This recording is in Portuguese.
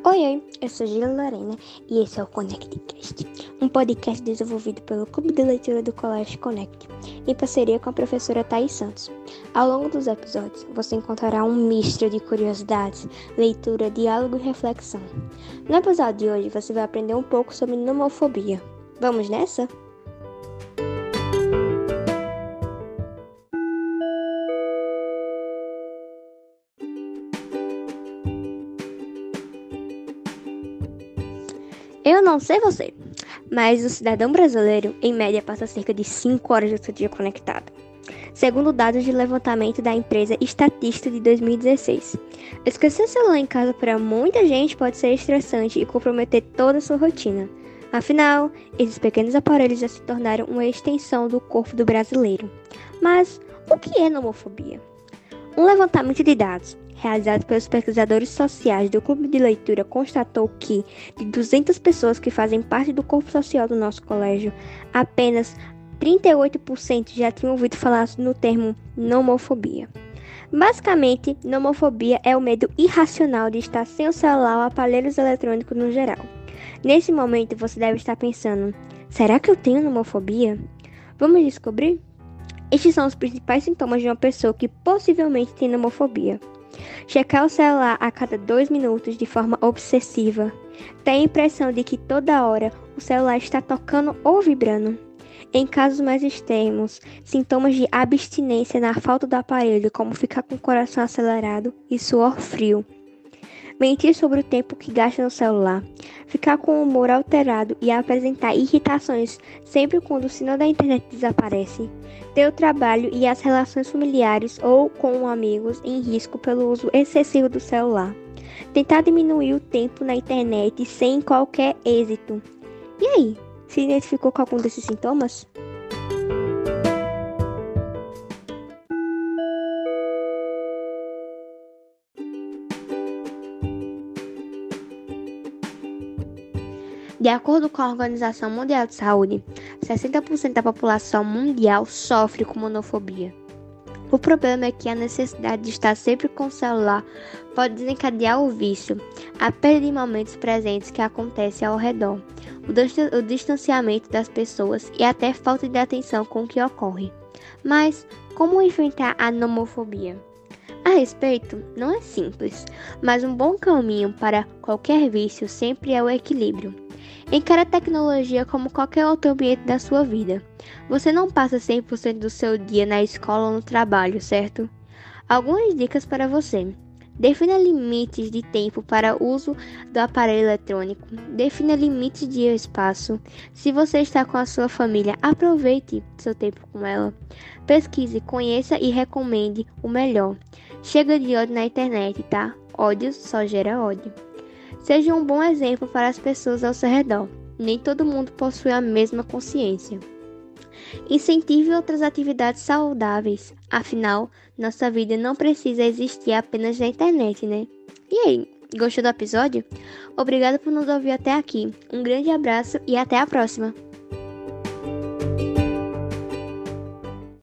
Oi, eu sou Gila Lorena e esse é o ConnectCast, um podcast desenvolvido pelo Clube de Leitura do Colégio Connect, em parceria com a professora Thaís Santos. Ao longo dos episódios, você encontrará um misto de curiosidades, leitura, diálogo e reflexão. No episódio de hoje, você vai aprender um pouco sobre nomofobia. Vamos nessa? Eu não sei você, mas o cidadão brasileiro, em média, passa cerca de 5 horas do seu dia conectado. Segundo dados de levantamento da empresa Statista de 2016. Esquecer o celular em casa para muita gente pode ser estressante e comprometer toda a sua rotina. Afinal, esses pequenos aparelhos já se tornaram uma extensão do corpo do brasileiro. Mas o que é nomofobia? Um levantamento de dados realizado pelos pesquisadores sociais do Clube de Leitura constatou que, de 200 pessoas que fazem parte do corpo social do nosso colégio, apenas 38% já tinham ouvido falar no termo nomofobia. Basicamente, nomofobia é o medo irracional de estar sem o celular ou aparelhos eletrônicos no geral. Nesse momento, você deve estar pensando, será que eu tenho nomofobia? Vamos descobrir? Estes são os principais sintomas de uma pessoa que possivelmente tem nomofobia. Checar o celular a cada 2 minutos de forma obsessiva. Ter a impressão de que toda hora o celular está tocando ou vibrando. Em casos mais extremos, sintomas de abstinência na falta do aparelho, como ficar com o coração acelerado e suor frio. Mentir sobre o tempo que gasta no celular. Ficar com o humor alterado e apresentar irritações sempre quando o sinal da internet desaparece. Ter o trabalho e as relações familiares ou com amigos em risco pelo uso excessivo do celular. Tentar diminuir o tempo na internet sem qualquer êxito. E aí, se identificou com algum desses sintomas? De acordo com a Organização Mundial de Saúde, 60% da população mundial sofre com nomofobia. O problema é que a necessidade de estar sempre com o celular pode desencadear o vício, a perda de momentos presentes que acontece ao redor, o distanciamento das pessoas e até falta de atenção com o que ocorre. Mas como enfrentar a nomofobia? A respeito, não é simples, mas um bom caminho para qualquer vício sempre é o equilíbrio. Encare a tecnologia como qualquer outro ambiente da sua vida. Você não passa 100% do seu dia na escola ou no trabalho, certo? Algumas dicas para você. Defina limites de tempo para o uso do aparelho eletrônico. Defina limites de espaço. Se você está com a sua família, aproveite seu tempo com ela. Pesquise, conheça e recomende o melhor. Chega de ódio na internet, tá? Ódio só gera ódio. Seja um bom exemplo para as pessoas ao seu redor. Nem todo mundo possui a mesma consciência. Incentive outras atividades saudáveis. Afinal, nossa vida não precisa existir apenas na internet, né? E aí, gostou do episódio? Obrigada por nos ouvir até aqui. Um grande abraço e até a próxima!